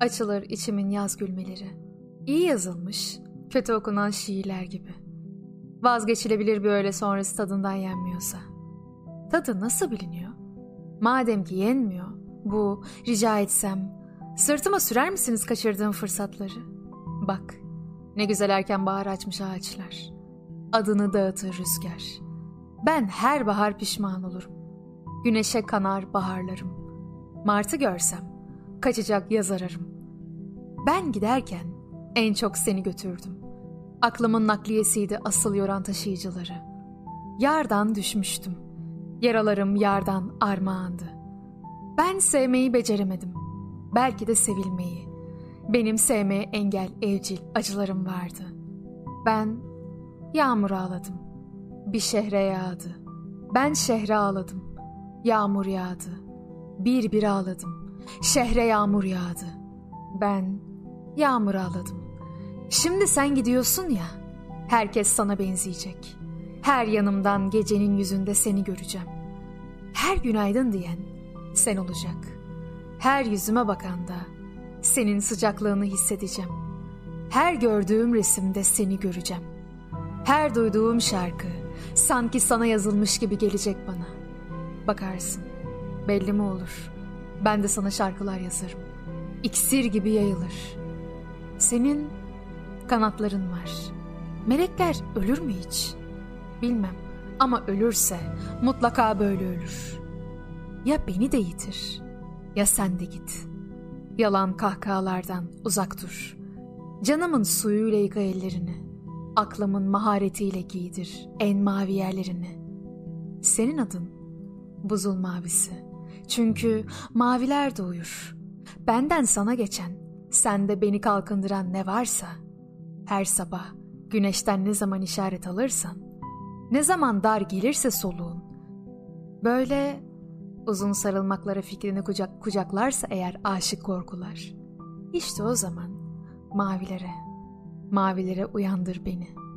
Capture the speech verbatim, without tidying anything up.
Açılır içimin yaz gülmeleri. İyi yazılmış, kötü okunan şiirler gibi. Vazgeçilebilir bir öğle sonrası tadından yenmiyorsa. Tadı nasıl biliniyor? Madem ki yenmiyor, bu rica etsem, sırtıma sürer misiniz kaçırdığım fırsatları? Bak, ne güzel erken bahar açmış ağaçlar. Adını dağıtır rüzgar. Ben her bahar pişman olurum. Güneşe kanar baharlarım. Martı görsem, kaçacak yaz ararım. Ben giderken en çok seni götürdüm. Aklımın nakliyesiydi asıl yoran taşıyıcıları. Yardan düşmüştüm. Yaralarım yardan armağandı. Ben sevmeyi beceremedim. Belki de sevilmeyi. Benim sevmeye engel evcil acılarım vardı. Ben yağmur ağladım. Bir şehre yağdı. Ben şehre ağladım. Yağmur yağdı. Bir bir ağladım. Şehre yağmur yağdı. Ben yağmur ağladım. Şimdi sen gidiyorsun ya, herkes sana benzeyecek. Her yanımdan gecenin yüzünde seni göreceğim. Her günaydın diyen sen olacak. Her yüzüme bakanda senin sıcaklığını hissedeceğim. Her gördüğüm resimde seni göreceğim. Her duyduğum şarkı sanki sana yazılmış gibi gelecek bana. Bakarsın, belli mi olur? Ben de sana şarkılar yazarım. İksir gibi yayılır. Senin kanatların var. Melekler ölür mü hiç? Bilmem ama ölürse mutlaka böyle ölür. Ya beni de yitir ya sen de git. Yalan kahkahalardan uzak dur. Canımın suyuyla yıka ellerini. Aklımın maharetiyle giydir en mavi yerlerini. Senin adın buzul mavisi. Çünkü maviler de uyur. Benden sana geçen, sende beni kalkındıran ne varsa, her sabah güneşten ne zaman işaret alırsan, ne zaman dar gelirse soluğun, böyle uzun sarılmaklara fikrini kucak kucaklarsa eğer aşık korkular, işte o zaman mavilere, mavilere uyandır beni.